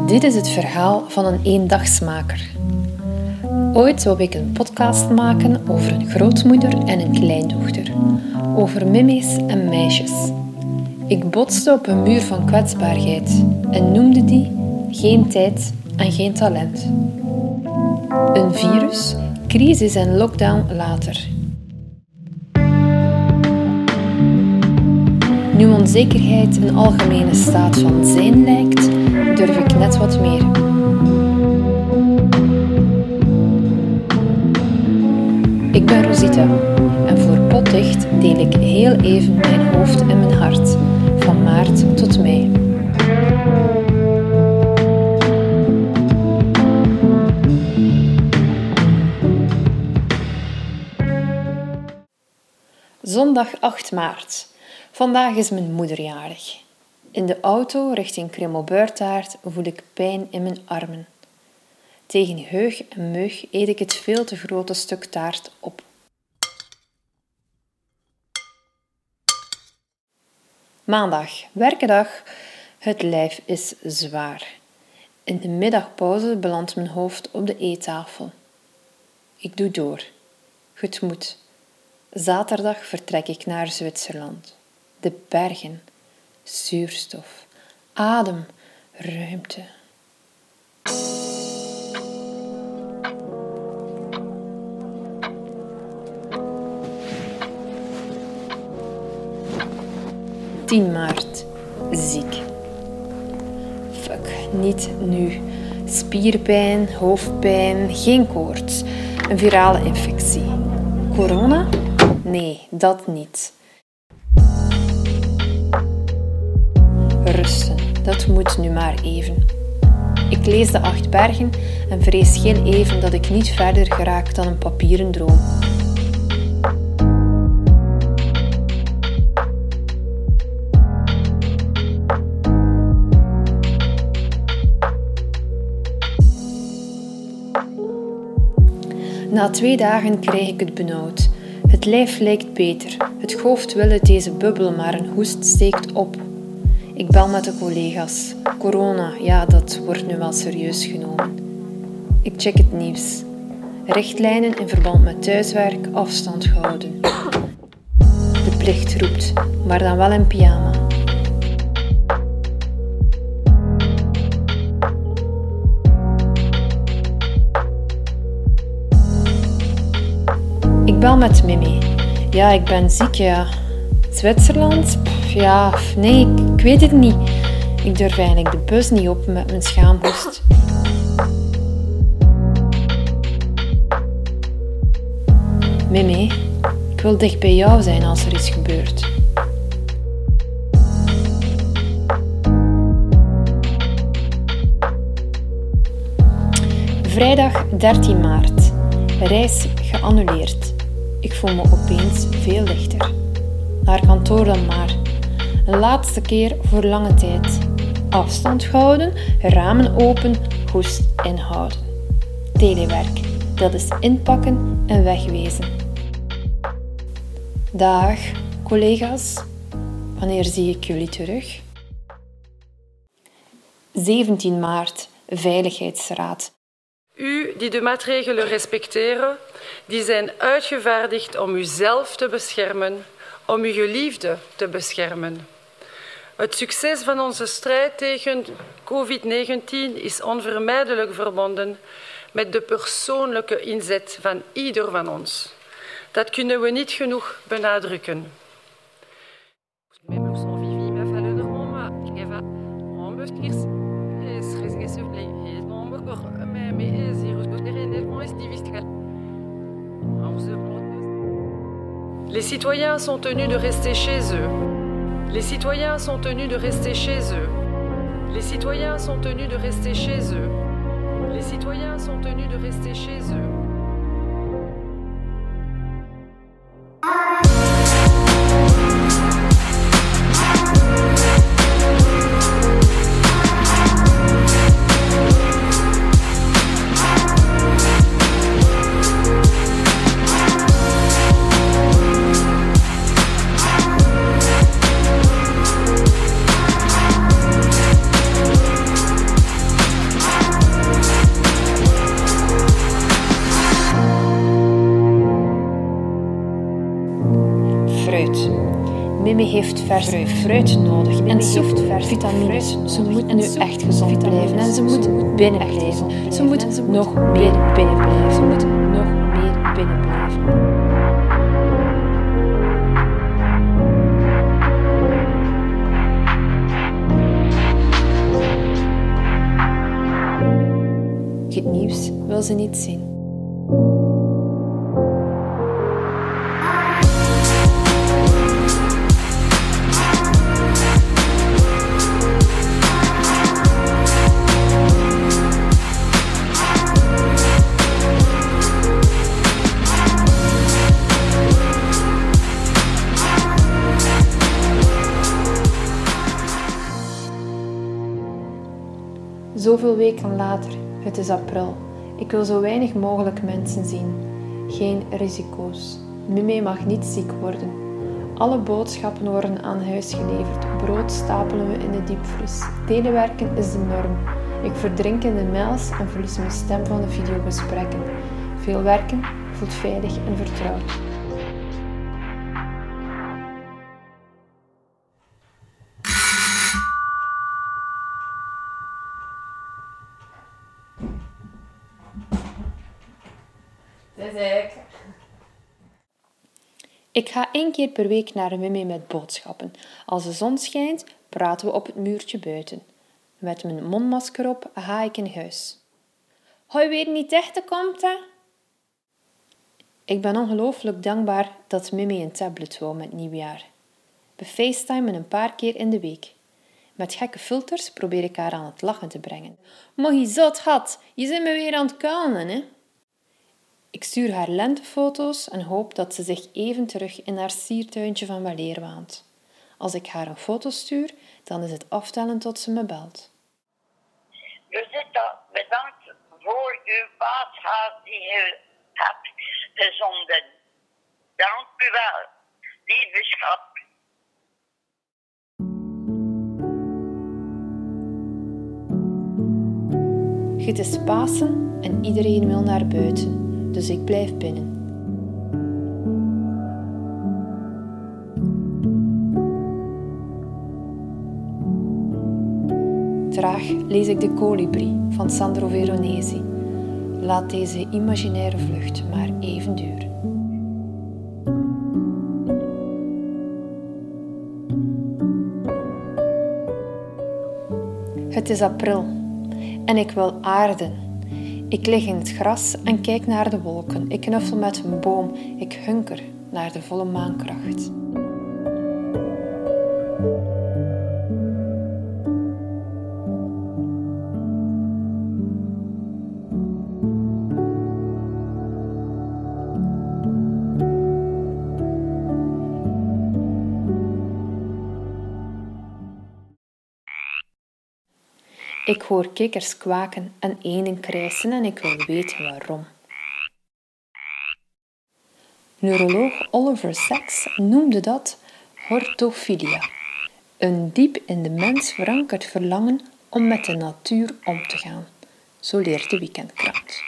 Dit is het verhaal van een eendagsmaker. Ooit wou ik een podcast maken over een grootmoeder en een kleindochter. Over mimmies en meisjes. Ik botste op een muur van kwetsbaarheid en noemde die geen tijd en geen talent. Een virus, crisis en lockdown later. Nu onzekerheid een algemene staat van zijn lijkt, durf ik net wat meer. Ik ben Rosita en voor Potdicht deel ik heel even mijn hoofd en mijn hart, van maart tot mei. Zondag 8 maart. Vandaag is mijn moeder jarig. In de auto richting Kremmelbuurtaart voel ik pijn in mijn armen. Tegen heug en meug eet ik het veel te grote stuk taart op. Maandag, werkendag. Het lijf is zwaar. In de middagpauze belandt mijn hoofd op de eettafel. Ik doe door. Het moet. Zaterdag vertrek ik naar Zwitserland. De bergen, zuurstof, adem, ruimte. (10 maart. Ziek. Fuck, niet nu. Spierpijn, hoofdpijn, geen koorts. Een virale infectie. Corona? Nee, dat niet. Rusten, dat moet nu maar even. Ik lees de 8 bergen en vrees heel even dat ik niet verder geraak dan een papieren droom. Na 2 dagen krijg ik het benauwd. Het lijf lijkt beter. Het hoofd wil uit deze bubbel, maar een hoest steekt op. Ik bel met de collega's. Corona, ja, dat wordt nu wel serieus genomen. Ik check het nieuws. Richtlijnen in verband met thuiswerk, afstand houden. De plicht roept, maar dan wel in pyjama. Ik bel met Mimi. Ja, ik ben ziek, ja. Zwitserland? Ja, nee, ik weet het niet. Ik durf eigenlijk de bus niet op met mijn schaamhoest. Mimi, ik wil dicht bij jou zijn als er iets gebeurt. Vrijdag 13 maart. Reis geannuleerd. Ik voel me opeens veel lichter. Naar kantoor dan maar. Een laatste keer voor lange tijd. Afstand houden, ramen open, hoest inhouden. Telewerk, dat is inpakken en wegwezen. Dag, collega's. Wanneer zie ik jullie terug? 17 maart, Veiligheidsraad. U die de maatregelen respecteren, die zijn uitgevaardigd om uzelf te beschermen, om uw geliefden te beschermen. Het succes van onze strijd tegen COVID-19 is onvermijdelijk verbonden met de persoonlijke inzet van ieder van ons. Dat kunnen we niet genoeg benadrukken. Les citoyens sont tenus de rester chez eux. Les citoyens sont tenus de rester chez eux. Les citoyens sont tenus de rester chez eux. Les citoyens sont tenus de rester chez eux. fruit. Mimi heeft vers fruit nodig en zoekt vitamines. Ze moet nu echt gezond blijven en ze moet binnen blijven. Ze moet nog meer binnen blijven. Ze moet nog meer binnen blijven. Het nieuws wil ze niet zien. Zoveel weken later, het is april. Ik wil zo weinig mogelijk mensen zien. Geen risico's. Mimi mag niet ziek worden. Alle boodschappen worden aan huis geleverd. Brood stapelen we in de diepvries. Telewerken is de norm. Ik verdrink in de mails en verlies mijn stem van de videogesprekken. Veel werken voelt veilig en vertrouwd. Ik ga 1 keer per week naar Mimi met boodschappen. Als de zon schijnt, praten we op het muurtje buiten. Met mijn mondmasker op ga ik in huis. Ga je weer niet dichter komt, hè? Ik ben ongelooflijk dankbaar dat Mimi een tablet wou met nieuwjaar. We facetimen een paar keer in de week. Met gekke filters probeer ik haar aan het lachen te brengen. Maar je zot had, je bent me weer aan het kalmen, hè? Ik stuur haar lentefoto's en hoop dat ze zich even terug in haar siertuintje van weleer waant. Als ik haar een foto stuur, dan is het aftellen tot ze me belt. Rosetta, bedankt voor uw paashaas die u hebt gezonden. Dank u wel, lieve schat. Het is Pasen en iedereen wil naar buiten. Dus ik blijf binnen. Traag lees ik De Colibri van Sandro Veronesi. Laat deze imaginaire vlucht maar even duren. Het is april en ik wil aarden. Ik lig in het gras en kijk naar de wolken. Ik knuffel met een boom. Ik hunker naar de volle maankracht. Ik hoor kikkers kwaken en eenden krijsen en ik wil weten waarom. Neuroloog Oliver Sacks noemde dat hortophilia, een diep in de mens verankerd verlangen om met de natuur om te gaan. Zo leert de Weekendkrant.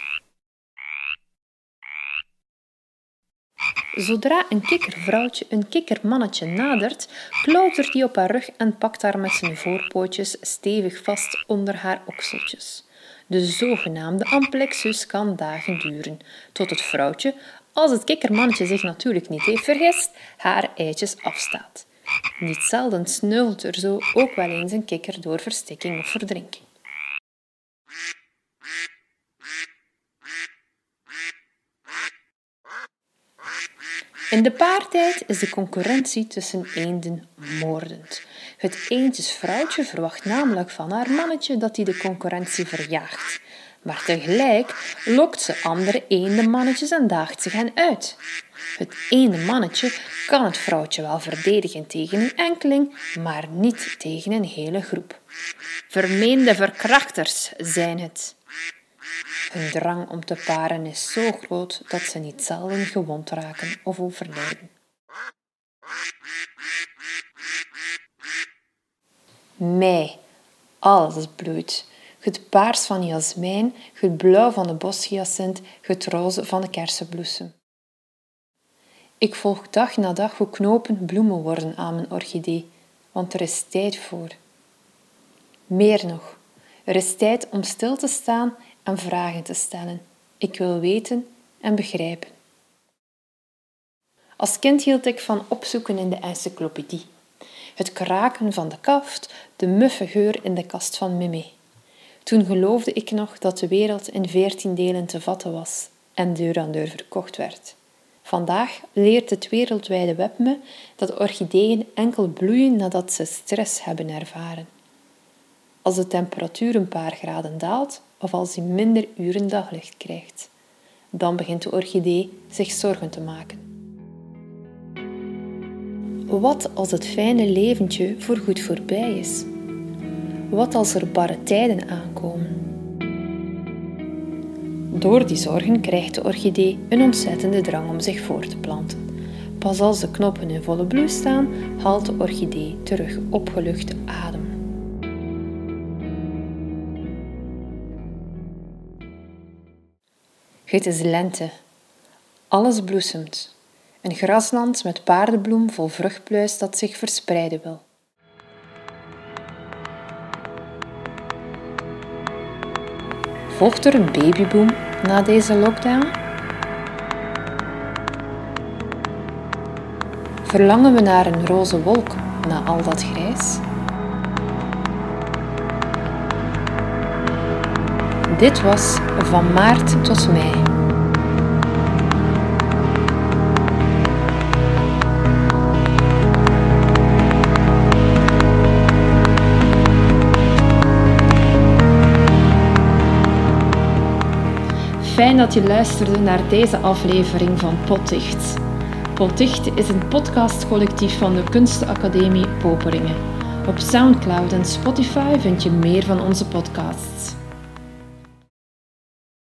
Zodra een kikkervrouwtje een kikkermannetje nadert, klautert hij op haar rug en pakt haar met zijn voorpootjes stevig vast onder haar okseltjes. De zogenaamde amplexus kan dagen duren, tot het vrouwtje, als het kikkermannetje zich natuurlijk niet heeft vergist, haar eitjes afstaat. Niet zelden sneuvelt er zo ook wel eens een kikker door verstikking of verdrinking. In de paartijd is de concurrentie tussen eenden moordend. Het eendjesvrouwtje verwacht namelijk van haar mannetje dat hij de concurrentie verjaagt. Maar tegelijk lokt ze andere eendenmannetjes en daagt zich hen uit. Het eendenmannetje kan het vrouwtje wel verdedigen tegen een enkeling, maar niet tegen een hele groep. Vermeende verkrachters zijn het. Hun drang om te paren is zo groot dat ze niet zelden gewond raken of overlijden. Mei. Alles bloeit. Het paars van jasmijn, het blauw van de boshyacint, het roze van de kersenbloesem. Ik volg dag na dag hoe knopen bloemen worden aan mijn orchidee, want er is tijd voor. Meer nog, er is tijd om stil te staan en vragen te stellen. Ik wil weten en begrijpen. Als kind hield ik van opzoeken in de encyclopedie. Het kraken van de kaft, de muffe geur in de kast van Mimi. Toen geloofde ik nog dat de wereld in 14 delen te vatten was en deur aan deur verkocht werd. Vandaag leert het wereldwijde web me dat orchideeën enkel bloeien nadat ze stress hebben ervaren. Als de temperatuur een paar graden daalt of als hij minder uren daglicht krijgt. Dan begint de orchidee zich zorgen te maken. Wat als het fijne leventje voorgoed voorbij is? Wat als er barre tijden aankomen? Door die zorgen krijgt de orchidee een ontzettende drang om zich voor te planten. Pas als de knoppen in volle bloei staan, haalt de orchidee terug opgelucht adem. Het is lente. Alles bloesemt. Een grasland met paardenbloem vol vruchtpluis dat zich verspreiden wil. Volgt er een babyboom na deze lockdown? Verlangen we naar een roze wolk na al dat grijs? Dit was Van maart tot mei. Fijn dat je luisterde naar deze aflevering van Potdicht. Potdicht is een podcastcollectief van de Kunstenacademie Poperingen. Op Soundcloud en Spotify vind je meer van onze podcasts.